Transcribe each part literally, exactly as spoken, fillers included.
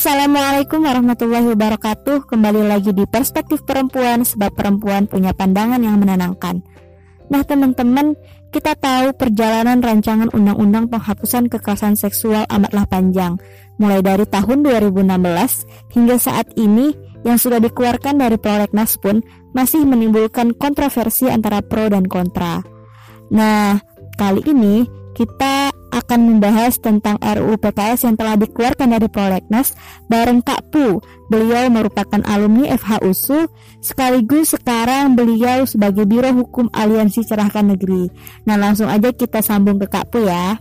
Assalamualaikum warahmatullahi wabarakatuh. Kembali lagi di Perspektif Perempuan, sebab perempuan punya pandangan yang menenangkan. Nah teman-teman, kita tahu perjalanan rancangan undang-undang penghapusan kekerasan seksual amatlah panjang. Mulai dari tahun dua ribu enam belas hingga saat ini, yang sudah dikeluarkan dari Prolegnas pun masih menimbulkan kontroversi antara pro dan kontra. Nah, kali ini kita akan membahas tentang R U U P K S yang telah dikeluarkan dari Prolegnas bareng Kak Pu. Beliau merupakan alumni F H U S U, sekaligus sekarang beliau sebagai Biro Hukum Aliansi Cerahkan Negeri. Nah, langsung aja kita sambung ke Kak Pu ya.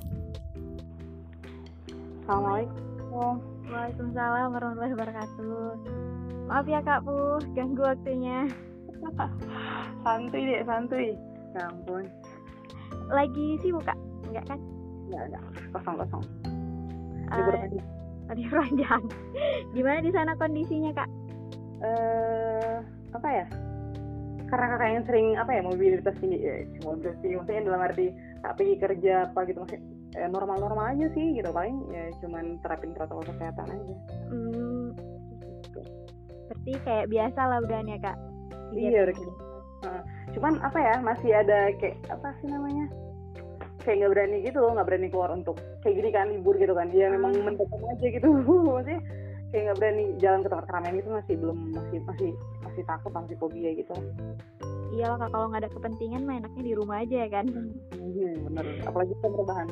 Assalamualaikum. Waalaikumsalam warahmatullahi wabarakatuh. Maaf ya Kak Pu, ganggu waktunya. Santuy deh, santuy. Ya ampun. Lagi sibuk Kak? Enggak kan? Enggak, enggak. Kosong-kosong. Uh, Libur panjang. Libur panjang. Gimana di sana kondisinya Kak? Eh, apa ya? Karena kakak yang sering apa ya mobilitas tinggi, ya, mobilitas tinggi maksudnya dalam arti tak pergi kerja apa gitu maksudnya eh, normal-normal aja sih gitu, paling ya cuman terapin protokol kesehatan aja. Hmm, seperti kayak biasa lah udah ya Kak. Iya udah gitu. Nah, cuman apa ya masih ada kayak apa sih namanya? Kayak nggak berani gitu, nggak berani keluar untuk kayak gini kan libur gitu kan, dia memang mendadak aja gitu, maksudnya kayak nggak berani jalan ke tempat keramaian itu masih belum masih masih masih takut, masih fobia gitu. Iyalah Kak, kalau nggak ada kepentingan mah enaknya di rumah aja ya kan. Hmm, bener, apalagi kita berbahan.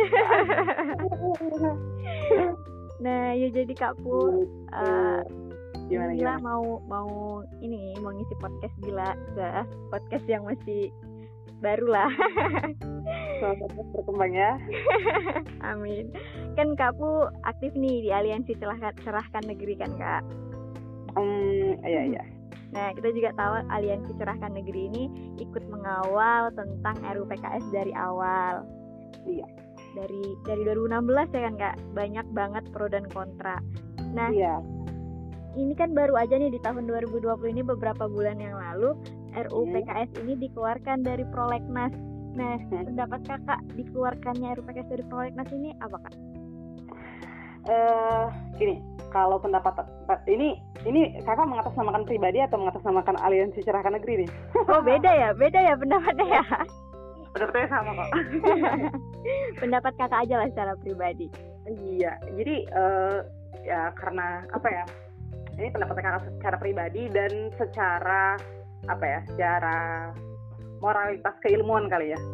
Nah ya jadi Kak Pu, uh, gimana Gila gimana? mau mau ini mau ngisi podcast Gila, Gila podcast yang masih baru lah. Semoga berkembang ya. Amin. Kan Kak Pu aktif nih di Aliansi Cerahkan, Cerahkan Negeri kan Kak. Hmm, iya iya. Nah kita juga tahu Aliansi Cerahkan Negeri ini ikut mengawal tentang R U U P K S dari awal. Iya. Dari dari dua ribu enam belas ya kan Kak, banyak banget pro dan kontra. Nah Iya. ini kan baru aja nih di tahun dua ribu dua puluh ini, beberapa bulan yang lalu R U U P K S ini dikeluarkan dari Prolegnas. Nah, hmm. pendapat kakak dikeluarkannya R U U P K S dari Prolegnas ini apa Kak? Eh, uh, gini, kalau pendapat ini ini kakak mengatasnamakan pribadi atau mengatasnamakan Aliansi Cerahkan Negeri nih? Oh beda ya, beda ya pendapatnya ya. Pendapatnya sama kok. Pendapat kakak aja lah secara pribadi. Iya, jadi uh, ya karena apa ya? Ini pendapat kakak secara pribadi dan secara apa ya? Secara moralitas keilmuan kali ya.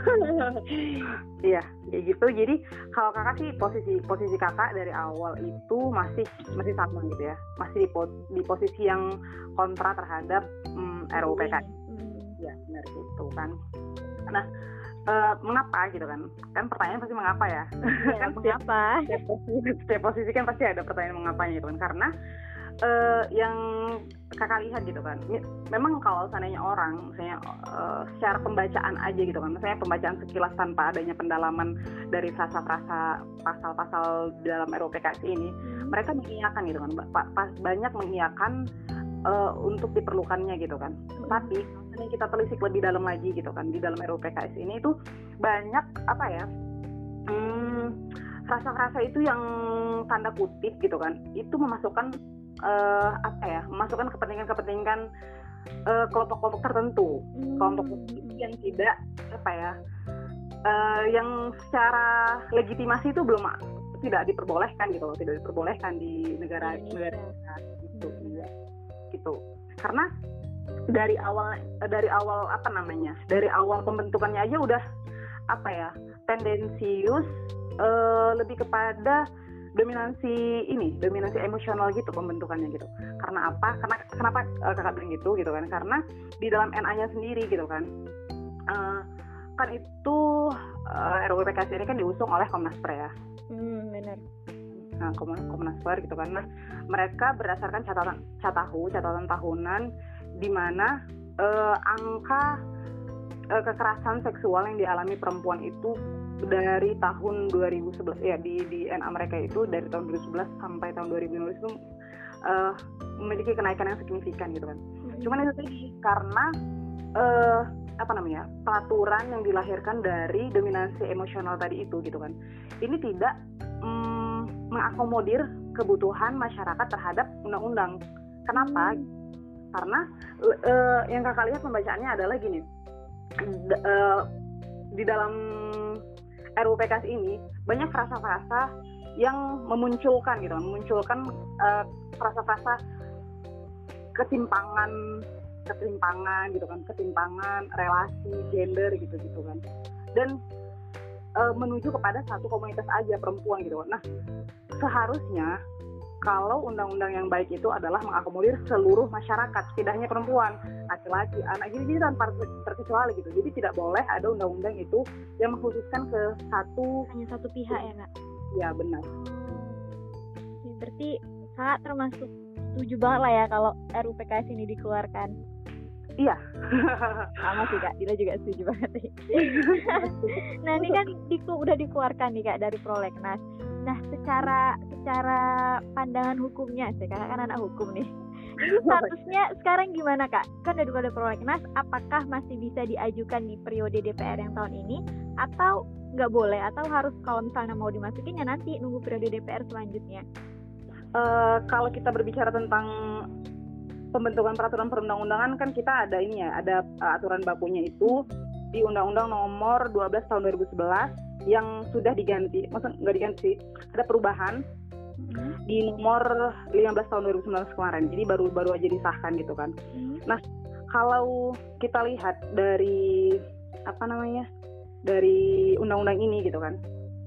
Iya, kayak gitu. Jadi kalau kakak sih posisi posisi kakak dari awal itu masih masih sama gitu ya. Masih di, di posisi yang kontra terhadap mm, R U U P K S. Iya, benar gitu kan. Nah, uh, mengapa gitu kan? Kan pertanyaan pasti mengapa ya? Ya kan mengapa? Setiap, setiap, posisi, setiap posisi kan pasti ada pertanyaan mengapanya gitu kan. Karena uh, yang kakak lihat gitu kan, memang kalau seandainya orang misalnya uh, secara pembacaan aja gitu kan, misalnya pembacaan sekilas tanpa adanya pendalaman dari frasa-frasa pasal-pasal dalam R U U P K S ini, hmm. mereka mengiyakan gitu kan, banyak mengiyakan uh, untuk diperlukannya gitu kan. Hmm. Tapi kalau kita telisik lebih dalam lagi gitu kan, di dalam R U U P K S ini itu banyak apa ya, hmm, frasa-frasa itu yang tanda kutip gitu kan, itu memasukkan Uh, apa ya, memasukkan kepentingan-kepentingan uh, kelompok-kelompok tertentu, hmm. kelompok yang tidak apa ya, uh, yang secara legitimasi itu belum tidak diperbolehkan gitu loh, tidak diperbolehkan di negara hmm. negara gitu, ya. Gitu. Karena dari awal dari awal apa namanya, dari awal pembentukannya aja udah apa ya, tendensius uh, lebih kepada dominansi ini, dominansi emosional gitu pembentukannya gitu. Karena apa? Karena kenapa uh, kakak bilang gitu gitu kan? Karena di dalam N A-nya sendiri gitu kan, uh, kan itu uh, R U U P K S ini kan diusung oleh Komnas P R ya. Hmm, benar. Nah, Komnas P R gitu kan. Nah, mereka berdasarkan catatan catahu, catatan tahunan di mana uh, angka uh, kekerasan seksual yang dialami perempuan itu dari tahun dua ribu sebelas ya, di di N A mereka itu dari tahun dua ribu sebelas sampai tahun dua ribu lima belas itu uh, memiliki kenaikan yang signifikan gitu kan. Hmm. Cuman itu tadi karena uh, apa namanya, peraturan yang dilahirkan dari dominansi emosional tadi itu gitu kan. Ini tidak um, mengakomodir kebutuhan masyarakat terhadap undang-undang. Kenapa? Hmm. Karena uh, yang kakak lihat pembacaannya adalah gini, D- uh, di dalam R U U P K S ini banyak frasa-frasa yang memunculkan gitu, memunculkan uh, frasa-frasa ketimpangan, ketimpangan gitu kan, ketimpangan relasi gender gitu-gitu kan, dan uh, menuju kepada satu komunitas aja perempuan gitu. Nah, seharusnya kalau undang-undang yang baik itu adalah mengakomodir seluruh masyarakat, tidak hanya perempuan, laki-laki, anak, jadi tanpa terkecuali gitu. Jadi tidak boleh ada undang-undang itu yang mengkhususkan ke satu hanya satu pihak ya kak? Ya benar. Ya, berarti kak termasuk setuju banget lah ya kalau R U U P K S ini dikeluarkan. Iya. Sama sih kak, Dila juga setuju banget nih. Nah ini kan diku, udah dikeluarkan nih kak dari prolegnas. Nah secara secara pandangan hukumnya, saya karena kan anak hukum nih. Ini statusnya sekarang gimana kak? Kan udah ada prolegnas, apakah masih bisa diajukan di periode D P R yang tahun ini atau nggak boleh, atau harus kalau misalnya mau dimasukin ya nanti nunggu periode D P R selanjutnya? Uh, kalau kita berbicara tentang pembentukan peraturan perundang-undangan kan kita ada ini ya, ada uh, aturan bakunya itu di Undang-Undang Nomor dua belas Tahun dua ribu sebelas yang sudah diganti, maksud nggak diganti, ada perubahan hmm. di Nomor lima belas Tahun dua ribu sembilan belas kemarin, jadi baru-baru aja disahkan gitu kan. Hmm. Nah kalau kita lihat dari apa namanya, dari undang-undang ini gitu kan,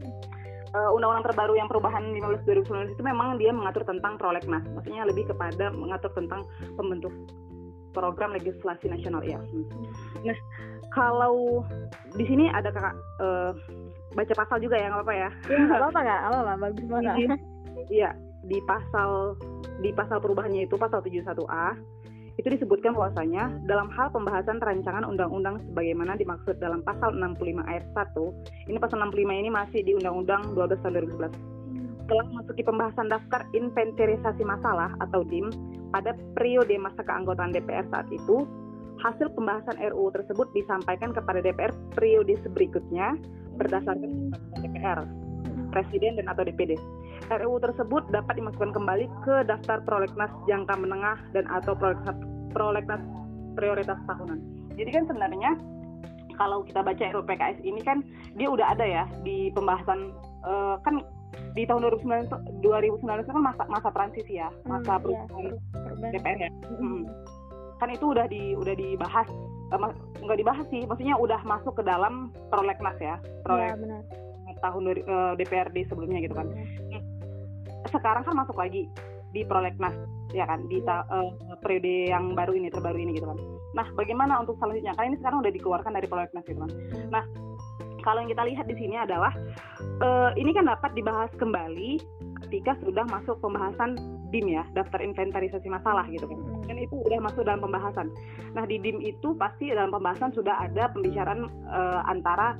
uh, undang-undang terbaru yang perubahan lima belas dua ribu sembilan belas itu memang dia mengatur tentang prolegnas, maksudnya lebih kepada mengatur tentang pembentuk program legislasi nasional ya. Nah kalau di sini ada kakak uh, baca pasal juga ya, nggak apa-apa ya? Iya nggak apa-apa kak, apa-apa, bagus banget. Iya, di pasal di pasal perubahannya itu pasal tujuh puluh satu A itu disebutkan bahwasanya dalam hal pembahasan rancangan undang-undang sebagaimana dimaksud dalam pasal enam puluh lima ayat satu, ini pasal enam puluh lima ini masih di Undang-Undang dua belas Tahun dua ribu sebelas, telah memasuki pembahasan daftar inventarisasi masalah atau D I M pada periode masa keanggotaan D P R saat itu. Hasil pembahasan R U U tersebut disampaikan kepada D P R periode berikutnya berdasarkan D P R, Presiden dan atau D P D. R U U tersebut dapat dimasukkan kembali ke daftar prolegnas jangka menengah dan atau prolegnas, prolegnas prioritas tahunan. Jadi kan sebenarnya kalau kita baca R U U P K S ini kan dia udah ada ya di pembahasan uh, kan di tahun dua ribu sembilan belas kan masa masa transisi ya, masa hmm, perubahan iya, D P R ya. Hmm. Kan itu udah di udah dibahas, uh, nggak dibahas sih, maksudnya udah masuk ke dalam prolegnas ya, prolegnas ya, tahun uh, D P R D sebelumnya gitu kan. Hmm. Sekarang kan masuk lagi di prolegnas ya kan, di ta- uh, periode yang baru ini, terbaru ini gitu kan. Nah bagaimana untuk selanjutnya, karena ini sekarang udah dikeluarkan dari prolegnas gitu kan. Nah kalau yang kita lihat di sini adalah uh, ini kan dapat dibahas kembali ketika sudah masuk pembahasan D I M ya, daftar inventarisasi masalah gitu kan. Dan itu udah masuk dalam pembahasan. Nah di D I M itu pasti dalam pembahasan sudah ada pembicaraan uh, antara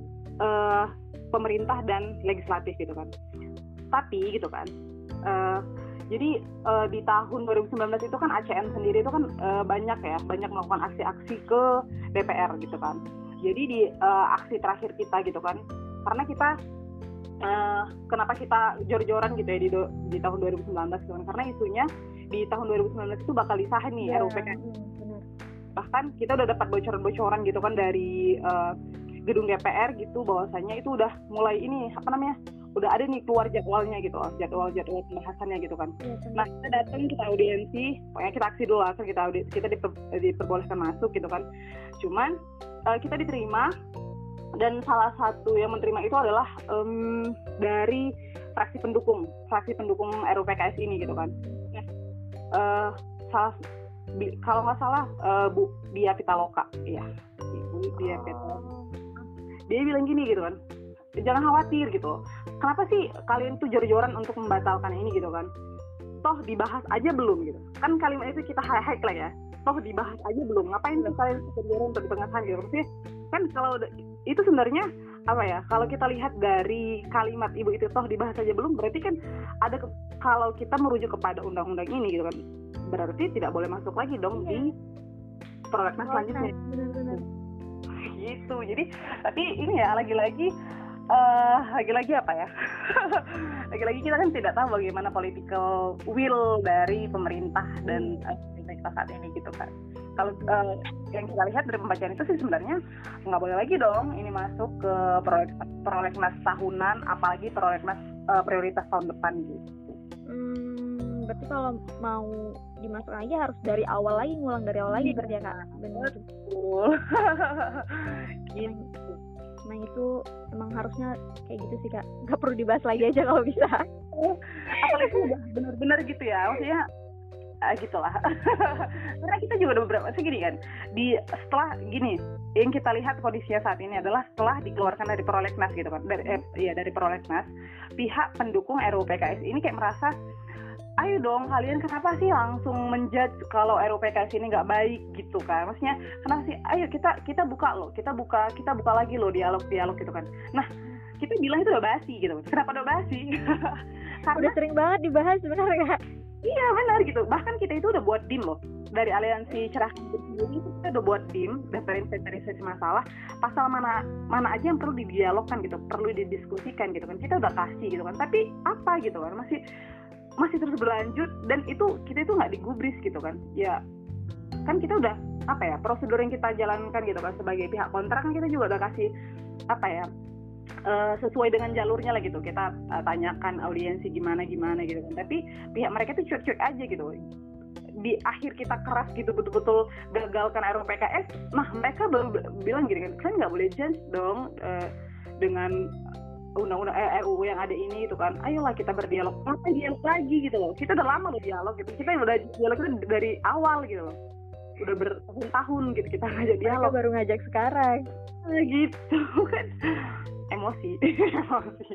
uh, pemerintah dan legislatif gitu kan. Tapi gitu kan, uh, jadi uh, di tahun dua ribu sembilan belas itu kan A C M sendiri itu kan uh, banyak ya, banyak melakukan aksi-aksi ke D P R gitu kan. Jadi di uh, aksi terakhir kita gitu kan, karena kita uh, kenapa kita jor-joran gitu ya di, do, di tahun dua ribu sembilan belas gitu kan, karena isunya di tahun dua ribu sembilan belas itu bakal disahin nih ya, R U U P K S. Bahkan kita udah dapat bocoran-bocoran gitu kan dari uh, gedung D P R gitu, bahwasanya itu udah mulai ini apa namanya, udah ada nih keluar jadwalnya gitu loh, jadwal-jadwal pembahasannya gitu kan. Ya, nah kita datang, kita audiensi, pokoknya kita aksi dulu lah, kita audi, kita diper, diperbolehkan masuk gitu kan. Cuman uh, kita diterima, dan salah satu yang menerima itu adalah um, dari fraksi pendukung, fraksi pendukung R U U P K S ini gitu kan. Nah uh, salah, bi, kalau nggak salah uh, Bu Dia Pitaloka, ya Bu Dia Pitaloka, dia bilang gini gitu kan, jangan khawatir gitu. Kenapa sih kalian tuh jor-joran untuk membatalkan ini gitu kan? Toh dibahas aja belum gitu. Kan kalimat itu kita highlight lah ya. Toh dibahas aja belum. Ngapain sih kalian jor-joran untuk di pengesahan gitu? Maksudnya kan kalau itu sebenarnya apa ya? Kalau kita lihat dari kalimat Ibu itu toh dibahas aja belum, berarti kan ada ke, kalau kita merujuk kepada undang-undang ini gitu kan, berarti tidak boleh masuk lagi dong di prolegnas selanjutnya. Gitu. Jadi tapi ini ya lagi-lagi uh, lagi-lagi apa ya? Lagi-lagi kita kan tidak tahu bagaimana political will dari pemerintah dan uh, pemerintah saat ini gitu kan. Kalau uh, yang kita lihat dari pembacaan itu sih sebenarnya nggak boleh lagi dong ini masuk ke prolegnas, prolegnas tahunan, apalagi prolegnas uh, prioritas tahun depan gitu. Hmm, berarti kalau mau dimasuk lagi harus dari awal lagi, ngulang dari awal lagi berarti ya Kak? Benar. Betul. Gitu. Nah itu emang harusnya kayak gitu sih Kak, nggak perlu dibahas lagi aja kalau bisa. Apalagi udah benar-benar gitu ya, maksudnya uh, gitulah. Karena kita juga udah beberapa segini kan, di setelah gini yang kita lihat kondisinya saat ini adalah setelah dikeluarkan dari prolegnas gitu kan, dari eh, ya dari prolegnas, pihak pendukung R U U P K S ini kayak merasa, ayo dong kalian kenapa sih langsung menjudge kalau R U U P K S ini nggak baik gitu kan? Maksudnya kenapa sih? Ayo kita kita buka loh, kita buka kita buka lagi loh dialog-dialog gitu kan. Nah kita bilang itu udah basi gitu. Kenapa udah basi? Karena Udah sering banget dibahas sebenarnya Kak. iya benar gitu. Bahkan kita itu udah buat dim loh. Dari aliansi cerah sendiri itu kita udah buat dim, daftar inventarisasi masalah, pasal mana mana aja yang perlu didialogkan gitu, perlu didiskusikan gitu kan. Kita udah kasih gitu kan. Tapi apa gitu kan? Masih masih terus berlanjut dan itu kita itu nggak digubris gitu kan. Ya kan kita udah apa ya, prosedur yang kita jalankan gitu kan sebagai pihak kontrak kan kita juga udah kasih apa ya, Uh, sesuai dengan jalurnya lah gitu, kita uh, tanyakan audiensi gimana gimana gitu kan, tapi pihak mereka tuh cuek-cuek aja gitu. Di akhir kita keras gitu betul-betul gagalkan R U U P K S, nah mereka baru bilang gini kan, kalian nggak boleh judge dong uh, dengan undang-undang eh, R U U yang ada ini gitu kan, ayolah kita berdialog. Apa dialog lagi gitu loh, kita udah lama loh dialog gitu, kita udah dialog itu dari awal gitu loh, udah bertahun-tahun gitu kita ngajak dialog. Mereka baru ngajak sekarang nah, gitu kan, emosi emosi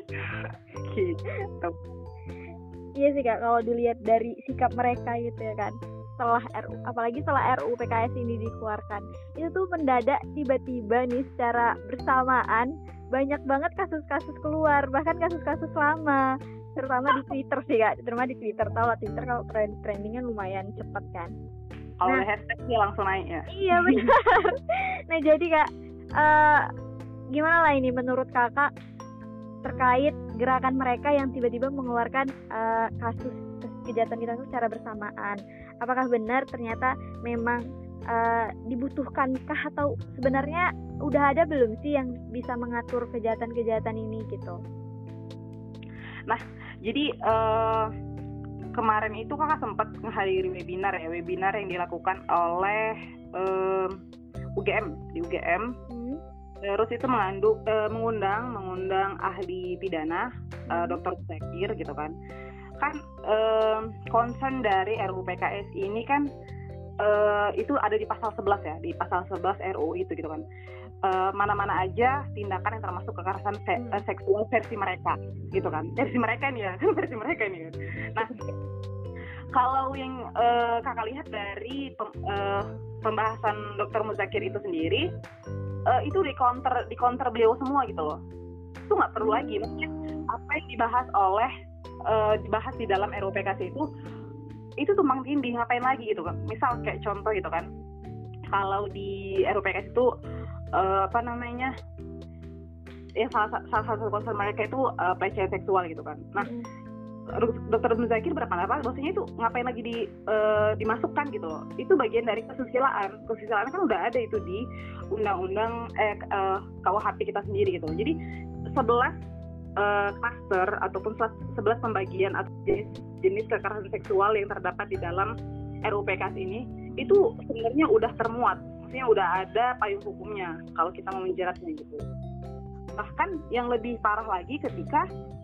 gitu. Iya sih Kak, kalau dilihat dari sikap mereka gitu ya kan, setelah R U, apalagi setelah R U U P K S ini dikeluarkan, itu tuh mendadak tiba-tiba nih secara bersamaan banyak banget kasus-kasus keluar, bahkan kasus-kasus lama, terutama di Twitter sih Kak, terutama di Twitter. Tahu lah Twitter kalau trend trendingnya lumayan cepet kan. Kalau nah, hashtag dia langsung naik ya. Iya benar. Nah jadi Kak, uh, gimana lah ini menurut Kakak terkait gerakan mereka yang tiba-tiba mengeluarkan uh, kasus kejahatan-kejahatan secara bersamaan? Apakah benar ternyata memang uh, dibutuhkankah, atau sebenarnya udah ada belum sih yang bisa mengatur kejahatan-kejahatan ini gitu? Nah, jadi uh, kemarin itu Kakak sempat menghadiri webinar ya, webinar yang dilakukan oleh uh, U G M, di U G M. Hmm. Terus itu mengandung, uh, mengundang mengundang ahli pidana, uh, dokter Zakir gitu kan. Kan uh, concern dari R U U P K S ini kan uh, itu ada di pasal sebelas ya, di pasal sebelas R U U itu gitu kan. Uh, mana-mana aja tindakan yang termasuk kekerasan se- uh, seksual versi mereka gitu kan. Versi mereka nih ya, kan versi mereka nih kan. Nah, kalau yang uh, Kakak lihat dari pem, uh, pembahasan dokter Muzakir itu sendiri, Uh, itu di counter di counter beliau semua gitu loh. Itu nggak perlu lagi, maksudnya apa yang dibahas oleh uh, dibahas di dalam R U U P K S itu itu tumpang tindih, ngapain lagi gitu kan. Misal kayak contoh gitu kan, kalau di R U U P K S itu uh, apa namanya ya salah, salah satu concern mereka itu uh, pelecehan seksual gitu kan. Nah dokter Muzakir berpendapat bahwasanya itu ngapain lagi di uh, dimasukkan gitu loh. Itu bagian dari kesusilaan. Kesusilaan kan udah ada itu di undang-undang eh uh, K U H P kita sendiri gitu. Jadi sebelas uh, cluster ataupun sebelas pembagian atau jenis, jenis kekerasan seksual yang terdapat di dalam R U U P K S ini itu sebenarnya udah termuat. Maksudnya udah ada payung hukumnya kalau kita mau menjeratnya gitu. Bahkan yang lebih parah lagi ketika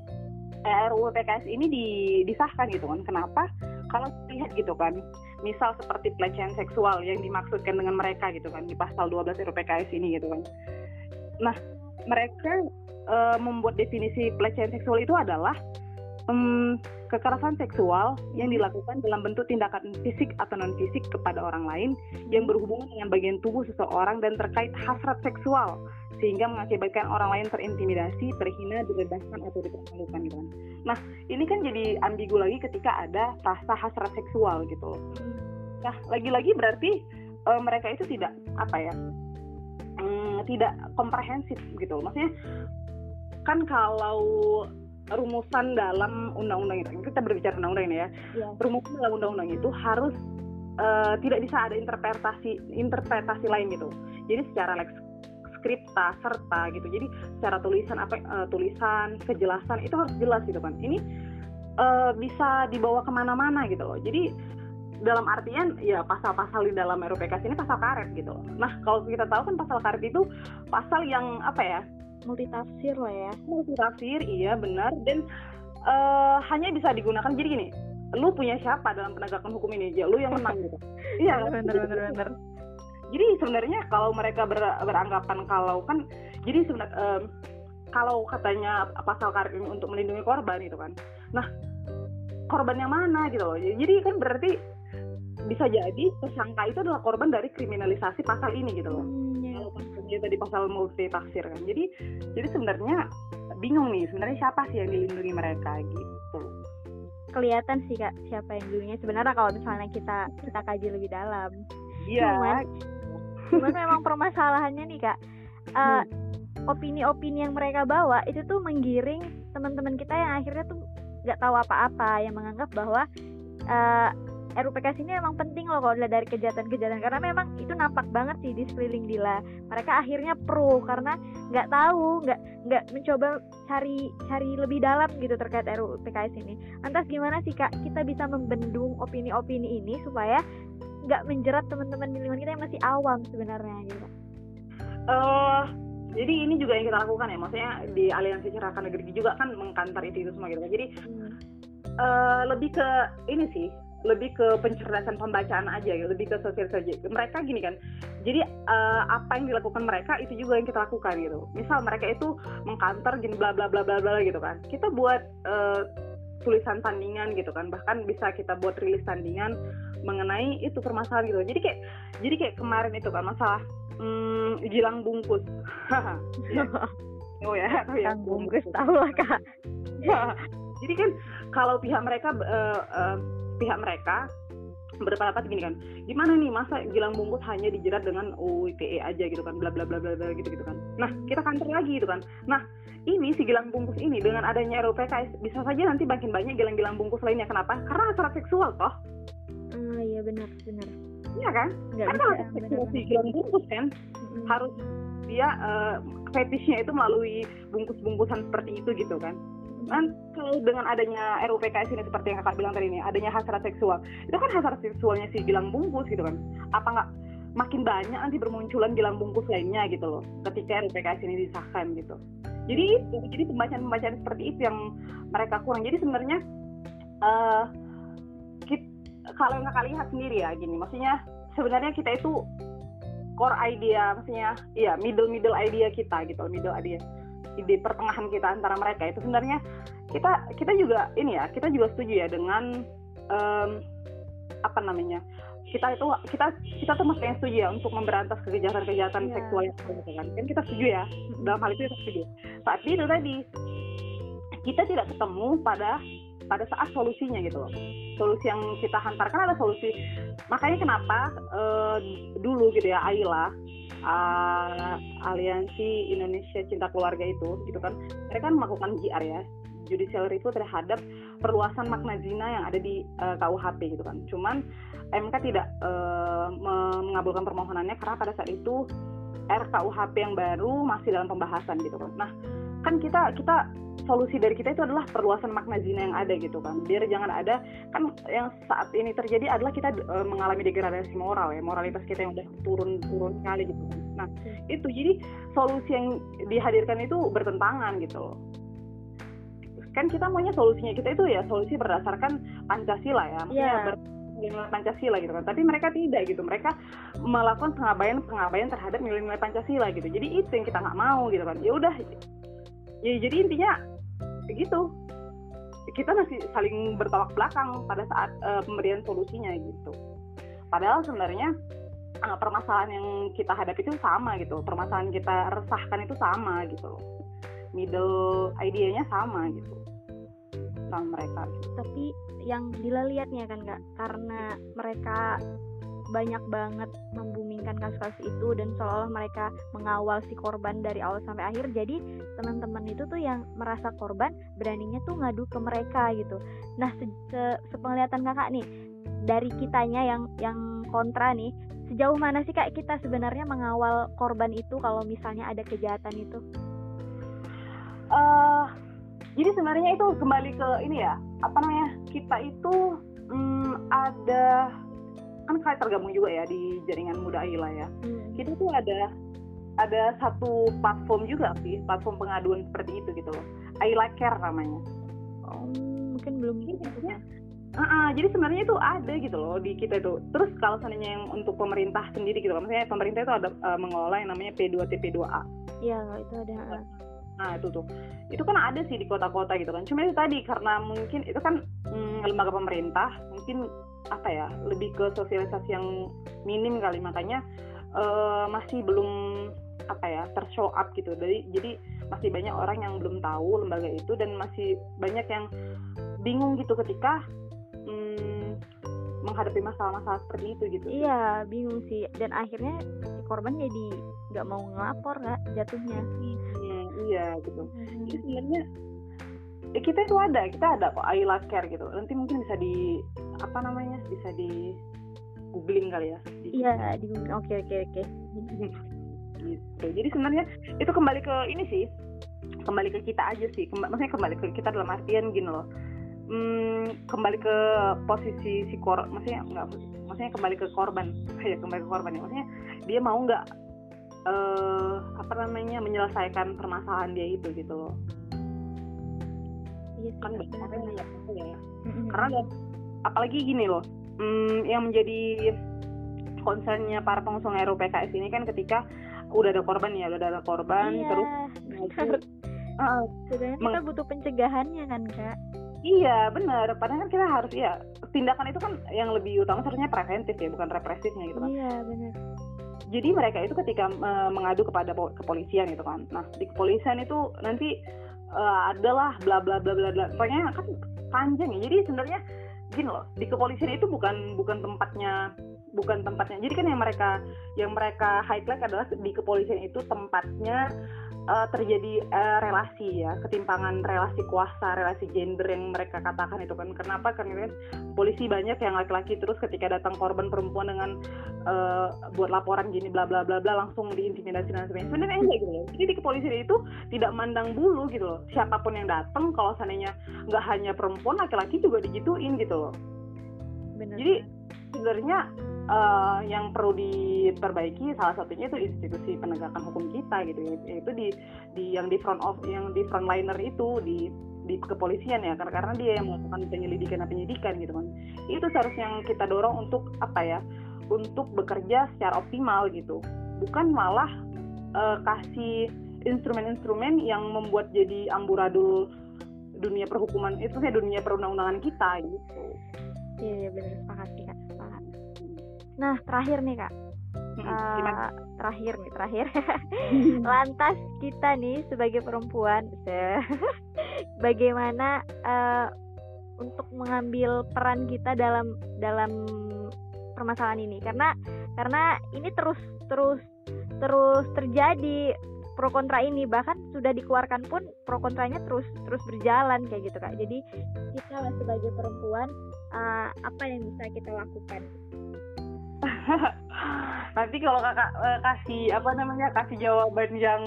R U U P K S ini disahkan gitu kan. Kenapa? Kalau lihat gitu kan, misal seperti pelecehan seksual yang dimaksudkan dengan mereka gitu kan di pasal dua belas R U U P K S ini gitu kan. Nah, mereka e, membuat definisi pelecehan seksual itu adalah um, kekerasan seksual yang dilakukan dalam bentuk tindakan fisik atau non fisik kepada orang lain yang berhubungan dengan bagian tubuh seseorang dan terkait hasrat seksual, sehingga mengakibatkan orang lain terintimidasi, terhina, direndahkan atau dipermalukan gitu kan. Nah, ini kan jadi ambigu lagi ketika ada rasa hasrat seksual gitu. Nah, lagi-lagi berarti uh, mereka itu tidak apa ya, um, tidak komprehensif gitu. Maksudnya kan kalau rumusan dalam undang-undang itu, kita berbicara undang-undang ini ya, Iya. rumusan dalam undang-undang itu harus uh, tidak bisa ada interpretasi interpretasi lain gitu. Jadi secara leks skripta serta gitu. Jadi secara tulisan apa uh, tulisan kejelasan itu harus jelas gitu kan. Ini uh, bisa dibawa kemana-mana gitu loh. Jadi dalam artian ya pasal-pasal di dalam R U P K S ini pasal karet gitu loh. Nah kalau kita tahu kan pasal karet itu pasal yang apa ya? Multitafsir lah ya. Multitafsir, iya benar. Dan uh, hanya bisa digunakan. Jadi gini, lu punya siapa dalam penegakan hukum ini? Ya lu yang menang gitu. Iya. Bener-bener. Jadi sebenarnya kalau mereka ber, beranggapan kalau kan, jadi sebenarnya um, kalau katanya pasal karet ini untuk melindungi korban gitu kan. Nah korban yang mana gitu loh. Jadi kan berarti bisa jadi tersangka itu adalah korban dari kriminalisasi pasal ini gitu loh. Hmm, ya. Kalau pasalnya tadi pasal multitafsir kan. Jadi jadi sebenarnya bingung nih sebenarnya siapa sih yang dilindungi mereka gitu. Kelihatan sih Kak siapa yang dulunya sebenarnya kalau misalnya kita kita kaji lebih dalam. Iya. Cuman, cuman memang permasalahannya nih Kak, uh, Hmm. opini-opini yang mereka bawa itu tuh menggiring teman-teman kita yang akhirnya tuh nggak tahu apa-apa, yang menganggap bahwa uh, R U P K S ini memang penting loh kalau dilihat dari kejahatan-kejahatan, karena memang itu nampak banget sih di sekeliling Dila. Mereka akhirnya pro karena nggak tahu, nggak nggak mencoba cari cari lebih dalam gitu terkait R U P K S ini. Lantas gimana sih Kak kita bisa membendung opini-opini ini supaya nggak menjerat teman-teman di lingkungan kita yang masih awam sebenarnya gitu? Uh, jadi ini juga yang kita lakukan ya, maksudnya di Aliansi Cerahkan Negeri juga kan mengkantar itu itu semua gitu. Jadi Hmm. uh, lebih ke ini sih, lebih ke pencerdasan pembacaan aja gitu, lebih ke sosialisasi. Mereka gini kan, jadi uh, apa yang dilakukan mereka itu juga yang kita lakukan gitu. Misal mereka itu mengkantar gini bla bla bla bla bla gitu kan, kita buat uh, tulisan tandingan gitu kan, bahkan bisa kita buat rilis tandingan mengenai itu permasalahan gitu. Jadi kayak jadi kayak kemarin itu kan masalah hmm, Gilang Bungkus. Ya. Oh ya, oh ya, Kang Bungkus tahu lah Kak. Jadi kan kalau pihak mereka uh, uh, pihak mereka berpendapat gini kan, gimana nih masa Gilang Bungkus hanya dijerat dengan U I T E aja gitu kan, bla bla bla bla bla gitu gitu kan. Nah kita kantor lagi gitu kan. Nah ini si Gilang Bungkus ini dengan adanya R U P K S bisa saja nanti makin banyak Gilang-Gilang Bungkus lainnya. Kenapa? Karena hasrat seksual toh. Ah iya benar benar. Iya kan? Nggak Kan bisa, hasrat seksual si Gilang Bungkus kan Mm-mm. harus dia uh, fetishnya itu melalui bungkus-bungkusan seperti itu gitu kan. Kan kalau dengan adanya R U P K S ini seperti yang kakak bilang tadi ini, adanya hasrat seksual, itu kan hasrat seksualnya si Gilang Bungkus gitu kan. Apa nggak makin banyak nanti bermunculan Gilang Bungkus lainnya gitu loh ketika R U P K S ini disahkan gitu. Jadi itu, jadi pembacaan-pembacaan seperti itu yang mereka kurang. Jadi sebenarnya uh, kita, kalau yang kakak lihat sendiri ya gini, maksudnya sebenarnya kita itu core idea, maksudnya iya middle middle idea kita gitu, middle idea ide pertengahan kita antara mereka itu sebenarnya kita kita juga ini ya, kita juga setuju ya dengan um, apa namanya, kita itu kita kita tuh mestinya setuju ya untuk memberantas kejahatan-kejahatan yeah. seksual yang gitu kan, kan kita setuju ya dalam hal itu kita setuju. Tapi itu tadi kita tidak ketemu pada pada saat solusinya gitu loh, solusi yang kita hantarkan ada solusi. Makanya kenapa uh, dulu gitu ya Ayla uh, Aliansi Indonesia Cinta Keluarga itu gitu kan, mereka kan melakukan J R ya, judicial review terhadap perluasan makna zina yang ada di uh, K U H P gitu kan. Cuman M K tidak uh, mengabulkan permohonannya karena pada saat itu R K U H P yang baru masih dalam pembahasan gitu kan. Nah kan kita kita solusi dari kita itu adalah perluasan makna zina yang ada gitu kan, biar jangan ada kan yang saat ini terjadi adalah kita e, mengalami degradasi moral ya, moralitas kita yang udah turun turun sekali gitu kan. Nah itu jadi solusi yang dihadirkan itu bertentangan gitu loh. Kan kita maunya solusinya kita itu ya solusi berdasarkan Pancasila ya, maksudnya yeah. ber Pancasila gitu kan, tapi mereka tidak gitu, mereka melakukan pengabaian-pengabaian terhadap nilai-nilai Pancasila gitu. Jadi itu yang kita nggak mau gitu kan. Ya udah, ya jadi intinya gitu, kita masih saling bertolak belakang pada saat uh, pemberian solusinya gitu. Padahal sebenarnya uh, permasalahan yang kita hadapi itu sama gitu, permasalahan kita resahkan itu sama gitu loh, middle idea-nya sama gitu sama mereka. Tapi yang Dila lihatnya kan Kak, karena mereka banyak banget membumingkan kasus-kasus itu dan seolah-olah mereka mengawal si korban dari awal sampai akhir. Jadi teman-teman itu tuh yang merasa korban beraninya tuh ngadu ke mereka gitu. Nah, se- se- sepenglihatan kakak nih, dari kitanya yang yang kontra nih, sejauh mana sih kak kita sebenarnya mengawal korban itu kalau misalnya ada kejahatan itu? Uh, jadi sebenarnya itu kembali ke ini ya, apa namanya, kita itu hmm, ada kan kayak tergabung juga ya di jaringan Muda Aila ya. Hmm. Kita tuh ada ada satu platform juga sih, platform pengaduan seperti itu gitu loh. Aila Care namanya. Oh, mungkin belum gitu ya. Uh-uh, jadi sebenarnya itu ada gitu loh di kita itu. Terus kalau seandainya yang untuk pemerintah sendiri gitu, maksudnya pemerintah itu ada uh, mengelola yang namanya P dua T P dua A. Iya, itu ada. Nah itu tuh, itu kan ada sih di kota-kota gitu kan. Cuma itu tadi karena mungkin itu kan hmm, lembaga pemerintah, mungkin apa ya, lebih ke sosialisasi yang minim kali, makanya uh, masih belum apa ya tershow up gitu. Jadi jadi masih banyak orang yang belum tahu lembaga itu dan masih banyak yang bingung gitu ketika hmm, menghadapi masalah-masalah seperti itu gitu. Iya, bingung sih, dan akhirnya si korban jadi nggak mau ngelapor nggak jatuhnya. Hmm, iya gitu. Hmm. Jadi sebenarnya eh, kita itu ada, kita ada kok Aila Care gitu. Nanti mungkin bisa di apa namanya, bisa di googling kali ya. Iya, di googling. Oke oke oke. Gitu. Jadi sebenarnya itu kembali ke ini sih, kembali ke kita aja sih. Kemb- maksudnya kembali ke kita dalam artian gini loh. Hmm, kembali ke posisi si kor, maksudnya nggak, maksudnya kembali ke korban, ya kembali ke korban ya. Maksudnya dia mau nggak uh, apa namanya menyelesaikan permasalahan dia itu gitu loh. Iya, kan banyak ya, ya. Mm-hmm. Karena apalagi gini loh, hmm, yang menjadi concernnya para pengusung R U U P K S ini kan ketika udah ada korban ya, udah ada korban, iya, terus uh, sebenarnya kita meng- butuh pencegahannya kan kak. Iya benar, padahal kan kita harus ya, tindakan itu kan yang lebih utama seharusnya preventif ya, bukan represifnya gitu kan. Iya benar. Jadi mereka itu ketika uh, mengadu kepada kepolisian gitu kan, nah di kepolisian itu nanti uh, adalah bla bla bla bla bla, pokoknya kan panjang ya. Jadi sebenarnya gini loh, di kepolisian itu bukan bukan tempatnya bukan tempatnya. Jadi kan yang mereka yang mereka highlight adalah di kepolisian itu tempatnya uh, terjadi uh, relasi ya, ketimpangan relasi kuasa, relasi gender yang mereka katakan itu kan. Kenapa? Karena kan polisi banyak yang laki-laki, terus ketika datang korban perempuan dengan uh, buat laporan gini bla bla bla bla langsung diintimidasi dan sebagainya. Sebenarnya enggak gitu loh. Jadi di kepolisian itu tidak mandang bulu gitu loh. Siapapun yang datang, kalau seandainya nggak hanya perempuan, laki-laki juga digituin gitu loh. Benar. Jadi sebenarnya uh, yang perlu diperbaiki salah satunya itu institusi penegakan hukum kita gitu, yaitu di di yang di front of yang di frontliner itu di di kepolisian ya, karena karena dia yang melakukan penyelidikan dan penyidikan gitu kan. Itu seharusnya yang kita dorong untuk apa ya, untuk bekerja secara optimal gitu, bukan malah uh, kasih instrumen-instrumen yang membuat jadi amburadul dunia perhukuman itu, ya dunia perundang-undangan kita gitu. Iya, benar, sepakat sih kak, sepakat. Nah terakhir nih kak, hmm, uh, terakhir nih terakhir. Lantas kita nih sebagai perempuan, bagaimana uh, untuk mengambil peran kita dalam dalam permasalahan ini? Karena karena ini terus terus terus terjadi pro kontra ini, bahkan sudah dikeluarkan pun pro kontranya terus terus berjalan kayak gitu kak. Jadi kita lah sebagai perempuan, uh, apa yang bisa kita lakukan? Nanti kalau kakak uh, kasih apa namanya kasih jawaban yang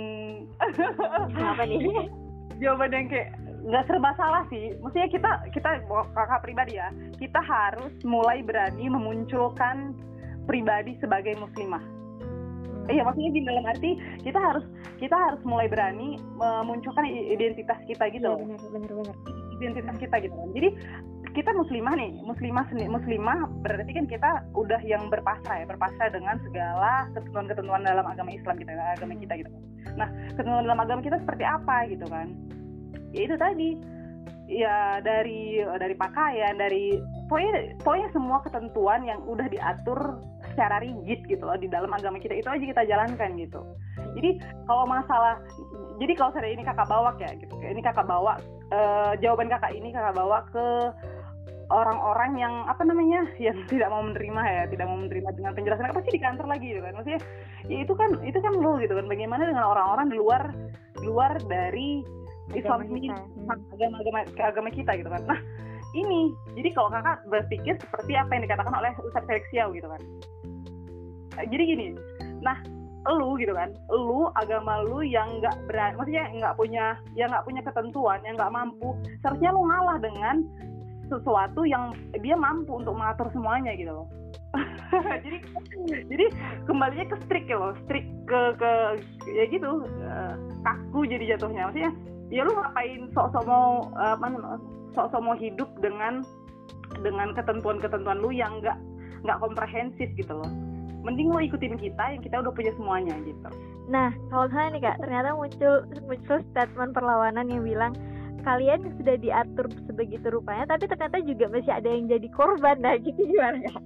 apa nih? Jawaban yang kayak nggak serba salah sih. Maksudnya kita kita kakak pribadi ya, kita harus mulai berani memunculkan pribadi sebagai muslimah. Iya, maksudnya di dalam arti kita harus kita harus mulai berani memunculkan identitas kita gitu. Iya, benar, benar, benar. Identitas kita gitu kan. Jadi kita muslimah nih, muslimah sendiri, muslimah berarti kan kita udah yang berpasrah ya, berpasrah dengan segala ketentuan-ketentuan dalam agama Islam kita, agama kita gitu. Nah, ketentuan dalam agama kita seperti apa gitu kan? Ya itu tadi, ya dari dari pakaian, dari pokoknya pokoknya semua ketentuan yang udah diatur secara rigid gitu loh di dalam agama kita, itu aja kita jalankan gitu. Jadi kalau masalah, jadi kalau saya ini kakak bawa ya gitu, ini kakak bawa uh, jawaban kakak ini kakak bawa ke orang-orang yang apa namanya yang tidak mau menerima ya, tidak mau menerima dengan penjelasan apa sih di kantor lagi gitu kan. Maksudnya ya itu kan itu kan lo gitu kan. Bagaimana dengan orang-orang di luar di luar dari Islam ini, agama-agama agama kita gitu kan. Nah, ini jadi kalau kakak berpikir seperti apa yang dikatakan oleh Ustadz Felix Xiao gitu kan. Jadi gini, nah lu gitu kan, lu agama lu yang nggak berani, maksudnya nggak punya, yang nggak punya ketentuan, yang nggak mampu, seharusnya lu ngalah dengan sesuatu yang dia mampu untuk mengatur semuanya gitu loh. jadi jadi kembalinya ke strict ya loh, strict ke ke ya gitu, kaku jadi jatuhnya. Maksudnya ya lu ngapain sok-sok mau apa sok-sok mau hidup dengan dengan ketentuan-ketentuan lu yang nggak nggak komprehensif gitu loh. Mending lo ikutin kita yang kita udah punya semuanya gitu. Nah, kalau misalnya nih Kak, ternyata muncul muncul statement perlawanan yang bilang kalian sudah diatur sebegitu rupanya, tapi ternyata juga masih ada yang jadi korban. Nah, gitu gimana Kak?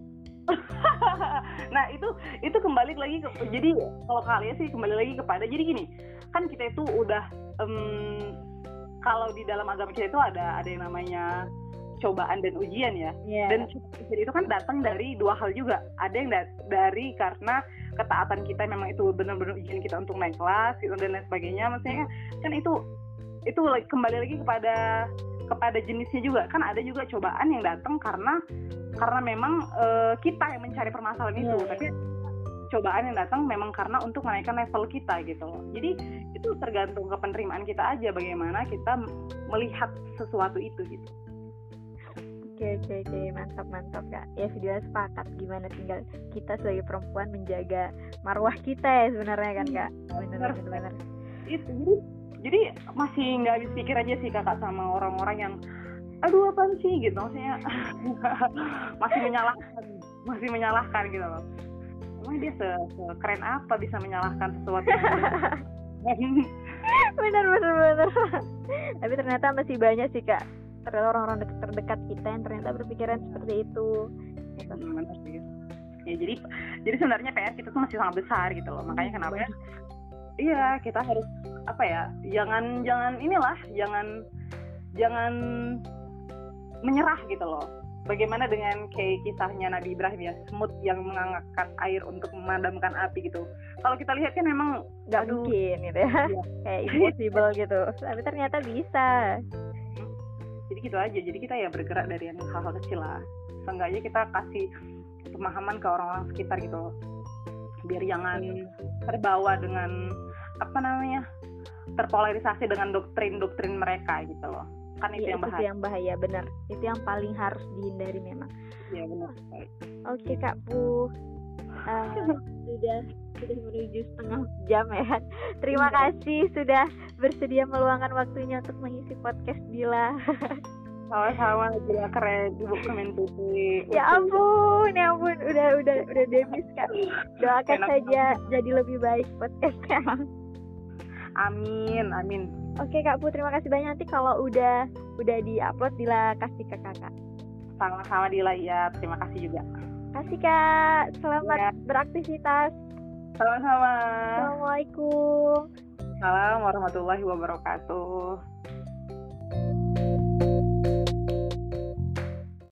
Nah, itu itu kembali lagi ke, jadi kalau kalian sih kembali lagi kepada, jadi gini, kan kita itu udah um, kalau di dalam agama kita itu ada ada yang namanya cobaan dan ujian ya, yeah. Dan ujian itu kan datang dari dua hal juga. Ada yang da- dari karena ketaatan kita memang itu benar-benar ujian kita untuk naik kelas gitu, dan lain sebagainya. Maksudnya kan itu itu kembali lagi kepada kepada jenisnya juga. Kan ada juga cobaan yang datang karena karena memang uh, kita yang mencari permasalahan yeah. itu, tapi cobaan yang datang memang karena untuk menaikkan level kita gitu loh. Jadi itu tergantung ke penerimaan kita aja, bagaimana kita melihat sesuatu itu gitu. Oke oke oke mantap mantap Kak. Ya sudah sepakat, gimana tinggal kita sebagai perempuan menjaga marwah kita ya sebenarnya kan Kak. Benar benar. Itu jadi, jadi masih nggak habis pikir aja sih kakak sama orang-orang yang aduh apaan sih gitu, maksudnya masih menyalahkan masih menyalahkan gitu loh. Emang dia sekeren apa bisa menyalahkan sesuatu yang benar benar benar. Tapi ternyata masih banyak sih Kak, ternyata orang-orang dekat terdekat kita yang ternyata berpikiran seperti itu. Benar sih. Ya jadi jadi sebenarnya P R kita tuh masih sangat besar gitu loh. Makanya kenapa? Ya, iya, kita harus apa ya? Jangan jangan inilah, jangan jangan menyerah gitu loh. Bagaimana dengan kayak kisahnya Nabi Ibrahim ya, semut yang mengangkat air untuk memadamkan api gitu. Kalau kita lihat kan memang nggak mungkin gitu ya, iya. Kayak impossible gitu. Tapi ternyata bisa. Jadi gitu aja, jadi kita ya bergerak dari yang hal-hal kecil lah. Seenggaknya kita kasih pemahaman ke orang-orang sekitar gitu, biar jangan terbawa dengan apa namanya, terpolarisasi dengan doktrin-doktrin mereka gitu loh. Kan itu ya, yang bahaya. Itu yang bahaya, benar. Itu yang paling harus dihindari memang. Iya benar. Oke Kak Pu, uh, sudah sudah menuju setengah jam ya. Terima kasih sudah bersedia meluangkan waktunya untuk mengisi podcast Dila. Sama-sama, Dila keren, Ibu Kementuti. Ya ampun, ya ampun, udah udah udah debis Kak. Doakan Enak saja banget. Jadi lebih baik podcastnya. Amin, amin. Oke Kak Pu, terima kasih banyak. Nanti kalau udah udah di-upload Dila kasih ke Kakak. Sama-sama Dila ya, terima kasih juga. Kasih Kak, selamat ya. Beraktivitas. Sama-sama. Assalamualaikum. Assalamualaikum warahmatullahi wabarakatuh.